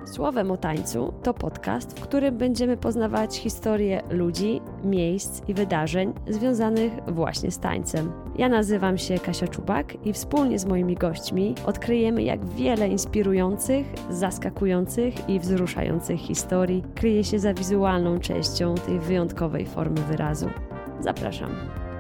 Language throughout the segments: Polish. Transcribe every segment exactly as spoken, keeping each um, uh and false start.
Słowem o tańcu to podcast, w którym będziemy poznawać historię ludzi, miejsc i wydarzeń związanych właśnie z tańcem. Ja nazywam się Kasia Czubak i wspólnie z moimi gośćmi odkryjemy, jak wiele inspirujących, zaskakujących i wzruszających historii kryje się za wizualną częścią tej wyjątkowej formy wyrazu. Zapraszam.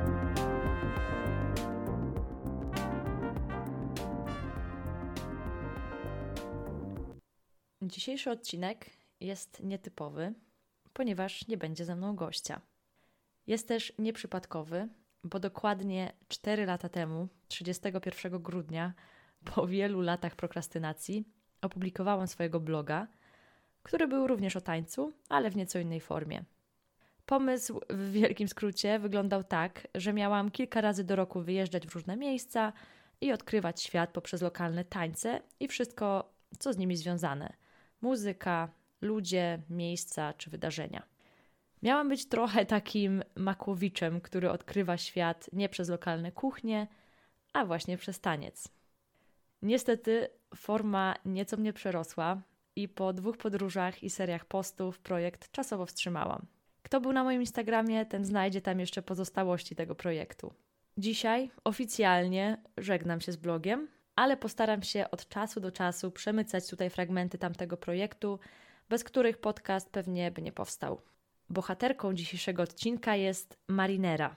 Dzisiejszy odcinek jest nietypowy, ponieważ nie będzie ze mną gościa. Jest też nieprzypadkowy, bo dokładnie cztery lata temu, trzydziestego pierwszego grudnia, po wielu latach prokrastynacji, opublikowałam swojego bloga, który był również o tańcu, ale w nieco innej formie. Pomysł w wielkim skrócie wyglądał tak, że miałam kilka razy do roku wyjeżdżać w różne miejsca i odkrywać świat poprzez lokalne tańce i wszystko, co z nimi związane. Muzyka, ludzie, miejsca czy wydarzenia. Miałam być trochę takim Makłowiczem, który odkrywa świat nie przez lokalne kuchnie, a właśnie przez taniec. Niestety forma nieco mnie przerosła i po dwóch podróżach i seriach postów projekt czasowo wstrzymałam. Kto był na moim Instagramie, ten znajdzie tam jeszcze pozostałości tego projektu. Dzisiaj oficjalnie żegnam się z blogiem, ale postaram się od czasu do czasu przemycać tutaj fragmenty tamtego projektu, bez których podcast pewnie by nie powstał. Bohaterką dzisiejszego odcinka jest Marinera.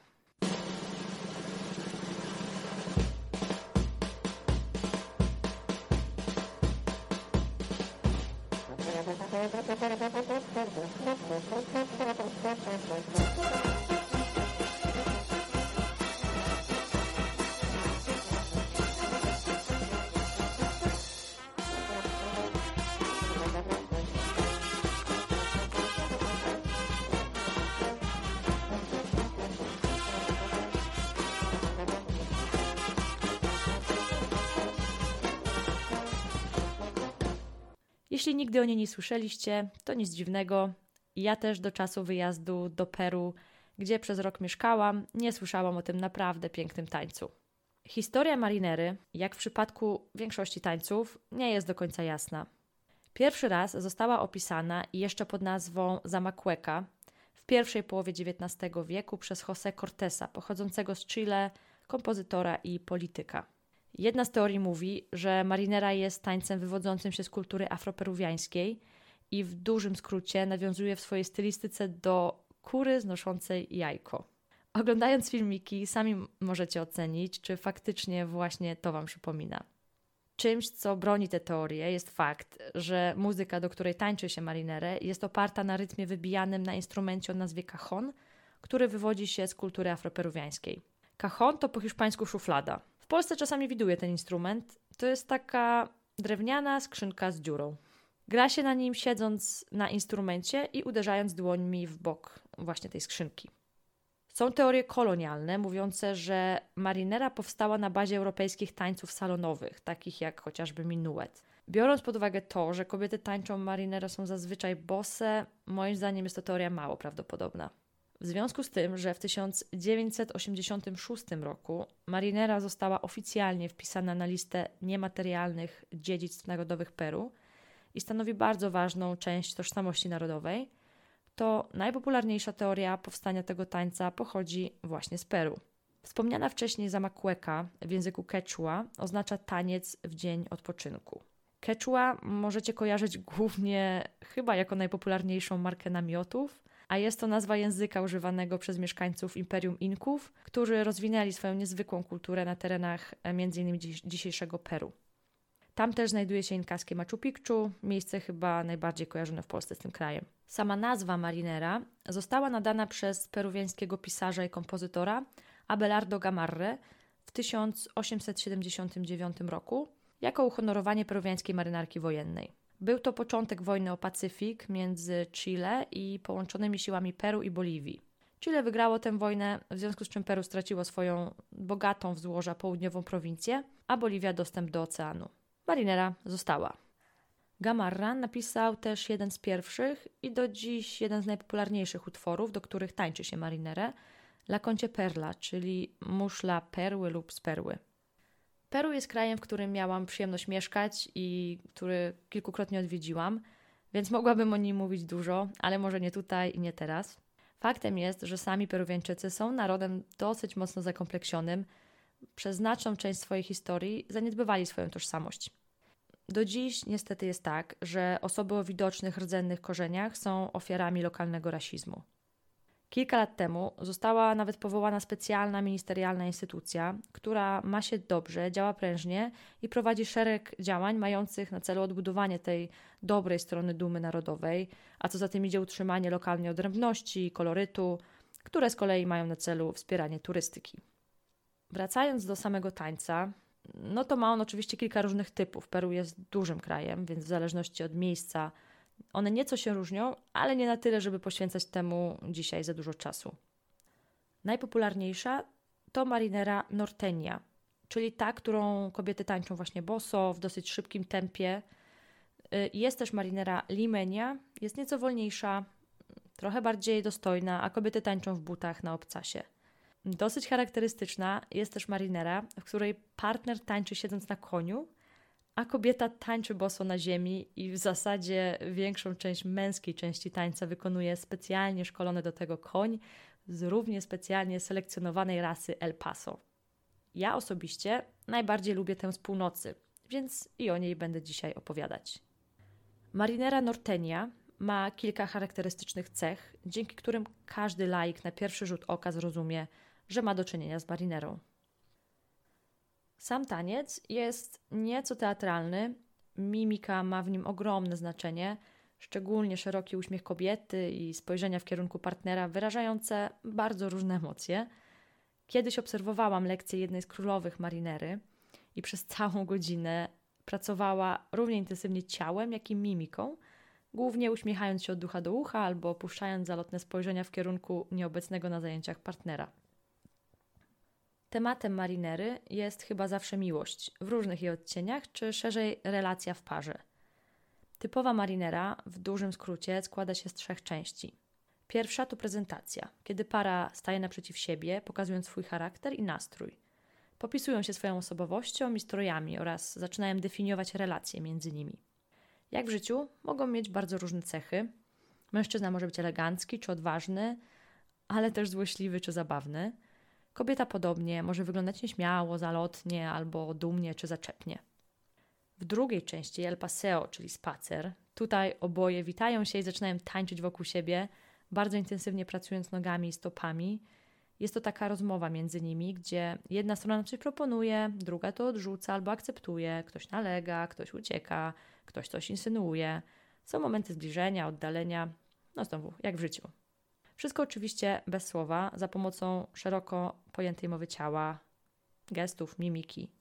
Jeśli nigdy o niej nie słyszeliście, to nic dziwnego. Ja też do czasu wyjazdu do Peru, gdzie przez rok mieszkałam, nie słyszałam o tym naprawdę pięknym tańcu. Historia Marinery, jak w przypadku większości tańców, nie jest do końca jasna. Pierwszy raz została opisana jeszcze pod nazwą Zamacueca w pierwszej połowie dziewiętnastego wieku przez José Cortesa, pochodzącego z Chile, kompozytora i polityka. Jedna z teorii mówi, że marinera jest tańcem wywodzącym się z kultury afroperuwiańskiej i w dużym skrócie nawiązuje w swojej stylistyce do kury znoszącej jajko. Oglądając filmiki sami możecie ocenić, czy faktycznie właśnie to Wam przypomina. Czymś, co broni tę teorię, jest fakt, że muzyka, do której tańczy się marinerę, jest oparta na rytmie wybijanym na instrumencie o nazwie cajon, który wywodzi się z kultury afroperuwiańskiej. Cajon to po hiszpańsku szuflada. W Polsce czasami widuję ten instrument. To jest taka drewniana skrzynka z dziurą. Gra się na nim siedząc na instrumencie i uderzając dłońmi w bok właśnie tej skrzynki. Są teorie kolonialne mówiące, że marinera powstała na bazie europejskich tańców salonowych, takich jak chociażby minuet. Biorąc pod uwagę to, że kobiety tańczą marinerę są zazwyczaj bose, moim zdaniem jest to teoria mało prawdopodobna. W związku z tym, że w tysiąc dziewięćset osiemdziesiątym szóstym roku marinera została oficjalnie wpisana na listę niematerialnych dziedzictw narodowych Peru i stanowi bardzo ważną część tożsamości narodowej, to najpopularniejsza teoria powstania tego tańca pochodzi właśnie z Peru. Wspomniana wcześniej Zamacueca w języku quechua oznacza taniec w dzień odpoczynku. Quechua możecie kojarzyć głównie chyba jako najpopularniejszą markę namiotów, a jest to nazwa języka używanego przez mieszkańców Imperium Inków, którzy rozwinęli swoją niezwykłą kulturę na terenach m.in. dzisiejszego Peru. Tam też znajduje się inkaskie Machu Picchu, miejsce chyba najbardziej kojarzone w Polsce z tym krajem. Sama nazwa marinera została nadana przez peruwiańskiego pisarza i kompozytora Abelardo Gamarre w tysiąc osiemset siedemdziesiątym dziewiątym roku jako uhonorowanie peruwiańskiej marynarki wojennej. Był to początek wojny o Pacyfik między Chile i połączonymi siłami Peru i Boliwii. Chile wygrało tę wojnę, w związku z czym Peru straciło swoją bogatą w złoża południową prowincję, a Boliwia dostęp do oceanu. Marinera została. Gamarra napisał też jeden z pierwszych i do dziś jeden z najpopularniejszych utworów, do których tańczy się marinerę, La Conche Perla, czyli muszla perły lub z perły. Peru jest krajem, w którym miałam przyjemność mieszkać i który kilkukrotnie odwiedziłam. więc mogłabym o nim mówić dużo, ale może nie tutaj i nie teraz. Faktem jest, że sami Peruwiańczycy są narodem dosyć mocno zakompleksionym. Przez znaczną część swojej historii zaniedbywali swoją tożsamość. Do dziś niestety jest tak, że osoby o widocznych rdzennych korzeniach są ofiarami lokalnego rasizmu. Kilka lat temu została nawet powołana specjalna ministerialna instytucja, która ma się dobrze, działa prężnie i prowadzi szereg działań mających na celu odbudowanie tej dobrej strony dumy narodowej, a co za tym idzie utrzymanie lokalnej odrębności, kolorytu, które z kolei mają na celu wspieranie turystyki. Wracając do samego tańca, no to ma on oczywiście kilka różnych typów. Peru jest dużym krajem, więc w zależności od miejsca one nieco się różnią, ale nie na tyle, żeby poświęcać temu dzisiaj za dużo czasu. Najpopularniejsza to marinera norteña, czyli ta, którą kobiety tańczą właśnie boso, w dosyć szybkim tempie. Jest też marinera limeña, jest nieco wolniejsza, trochę bardziej dostojna, a kobiety tańczą w butach na obcasie. Dosyć charakterystyczna jest też marinera, w której partner tańczy siedząc na koniu, a kobieta tańczy boso na ziemi i w zasadzie większą część męskiej części tańca wykonuje specjalnie szkolony do tego koń z równie specjalnie selekcjonowanej rasy El Paso. Ja osobiście najbardziej lubię tę z północy, więc i o niej będę dzisiaj opowiadać. Marinera norteña ma kilka charakterystycznych cech, dzięki którym każdy laik na pierwszy rzut oka zrozumie, że ma do czynienia z marinerą. Sam taniec jest nieco teatralny, mimika ma w nim ogromne znaczenie, szczególnie szeroki uśmiech kobiety i spojrzenia w kierunku partnera wyrażające bardzo różne emocje. Kiedyś obserwowałam lekcję jednej z królowych marinery i przez całą godzinę pracowała równie intensywnie ciałem, jak i mimiką, głównie uśmiechając się od ucha do ucha albo opuszczając zalotne spojrzenia w kierunku nieobecnego na zajęciach partnera. Tematem marinery jest chyba zawsze miłość, w różnych jej odcieniach, czy szerzej relacja w parze. Typowa marinera, w dużym skrócie, składa się z trzech części. Pierwsza to prezentacja, kiedy para staje naprzeciw siebie, pokazując swój charakter i nastrój. Popisują się swoją osobowością i strojami oraz zaczynają definiować relacje między nimi. Jak w życiu, mogą mieć bardzo różne cechy. Mężczyzna może być elegancki czy odważny, ale też złośliwy czy zabawny. Kobieta podobnie, może wyglądać nieśmiało, zalotnie albo dumnie czy zaczepnie. W drugiej części El Paseo, czyli spacer, tutaj oboje witają się i zaczynają tańczyć wokół siebie, bardzo intensywnie pracując nogami i stopami. Jest to taka rozmowa między nimi, gdzie jedna strona coś proponuje, druga to odrzuca albo akceptuje, ktoś nalega, ktoś ucieka, ktoś coś insynuuje. Są momenty zbliżenia, oddalenia, no znowu, jak w życiu. Wszystko oczywiście bez słowa, za pomocą szeroko pojętej mowy ciała, gestów, mimiki.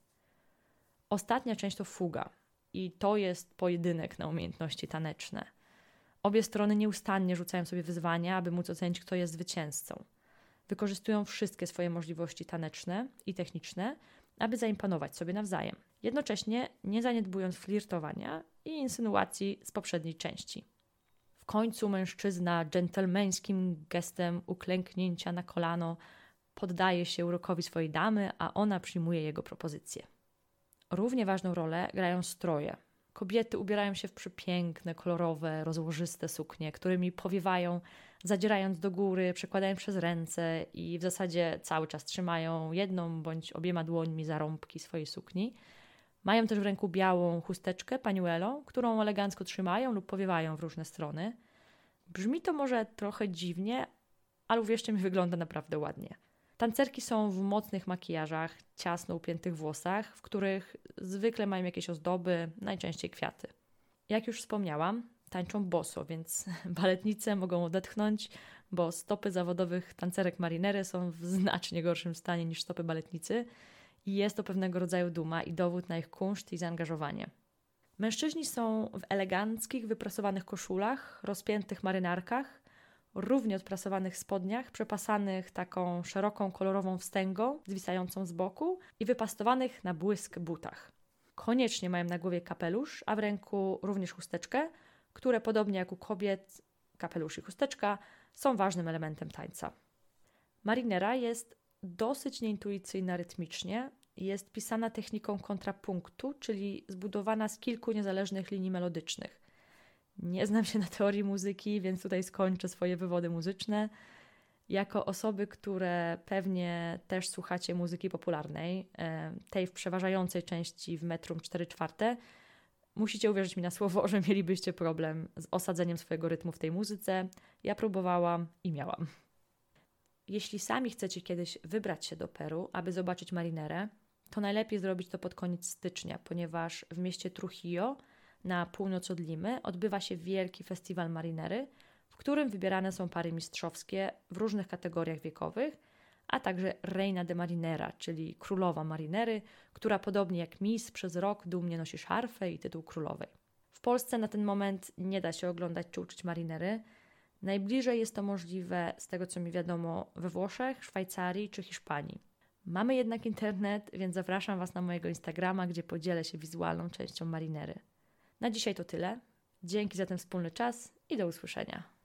Ostatnia część to fuga i to jest pojedynek na umiejętności taneczne. Obie strony nieustannie rzucają sobie wyzwania, aby móc ocenić, kto jest zwycięzcą. Wykorzystują wszystkie swoje możliwości taneczne i techniczne, aby zaimponować sobie nawzajem, jednocześnie nie zaniedbując flirtowania i insynuacji z poprzedniej części. W końcu mężczyzna dżentelmeńskim gestem uklęknięcia na kolano poddaje się urokowi swojej damy, a ona przyjmuje jego propozycję. Równie ważną rolę grają stroje. Kobiety ubierają się w przepiękne, kolorowe, rozłożyste suknie, którymi powiewają, zadzierając do góry, przekładają przez ręce i w zasadzie cały czas trzymają jedną bądź obiema dłońmi za rąbki swojej sukni. Mają też w ręku białą chusteczkę, pañuelo, którą elegancko trzymają lub powiewają w różne strony. Brzmi to może trochę dziwnie, ale uwierzcie mi, wygląda naprawdę ładnie. Tancerki są w mocnych makijażach, ciasno upiętych włosach, w których zwykle mają jakieś ozdoby, najczęściej kwiaty. Jak już wspomniałam, tańczą boso, więc baletnice mogą odetchnąć, bo stopy zawodowych tancerek marinery są w znacznie gorszym stanie niż stopy baletnicy i jest to pewnego rodzaju duma i dowód na ich kunszt i zaangażowanie. Mężczyźni są w eleganckich, wyprasowanych koszulach, rozpiętych marynarkach, równie odprasowanych spodniach, przepasanych taką szeroką, kolorową wstęgą, zwisającą z boku i wypastowanych na błysk butach. Koniecznie mają na głowie kapelusz, a w ręku również chusteczkę, które podobnie jak u kobiet, kapelusz i chusteczka są ważnym elementem tańca. Marinera jest dosyć nieintuicyjna rytmicznie, jest pisana techniką kontrapunktu, czyli zbudowana z kilku niezależnych linii melodycznych. Nie znam się na teorii muzyki, więc tutaj skończę swoje wywody muzyczne. Jako osoby, które pewnie też słuchacie muzyki popularnej, tej w przeważającej części w metrum cztery czwarte, musicie uwierzyć mi na słowo, że mielibyście problem z osadzeniem swojego rytmu w tej muzyce. Ja próbowałam i miałam. Jeśli sami chcecie kiedyś wybrać się do Peru, aby zobaczyć marinerę, to najlepiej zrobić to pod koniec stycznia, ponieważ w mieście Trujillo, na północ od Limy, odbywa się wielki festiwal marinery, w którym wybierane są pary mistrzowskie w różnych kategoriach wiekowych, a także Reina de Marinera, czyli królowa marinery, która podobnie jak Miss przez rok dumnie nosi szarfę i tytuł królowej. W Polsce na ten moment nie da się oglądać czy uczyć marinery. Najbliżej jest to możliwe, z tego co mi wiadomo, we Włoszech, Szwajcarii czy Hiszpanii. Mamy jednak internet, więc zapraszam Was na mojego Instagrama, gdzie podzielę się wizualną częścią marinery. Na dzisiaj to tyle. Dzięki za ten wspólny czas i do usłyszenia.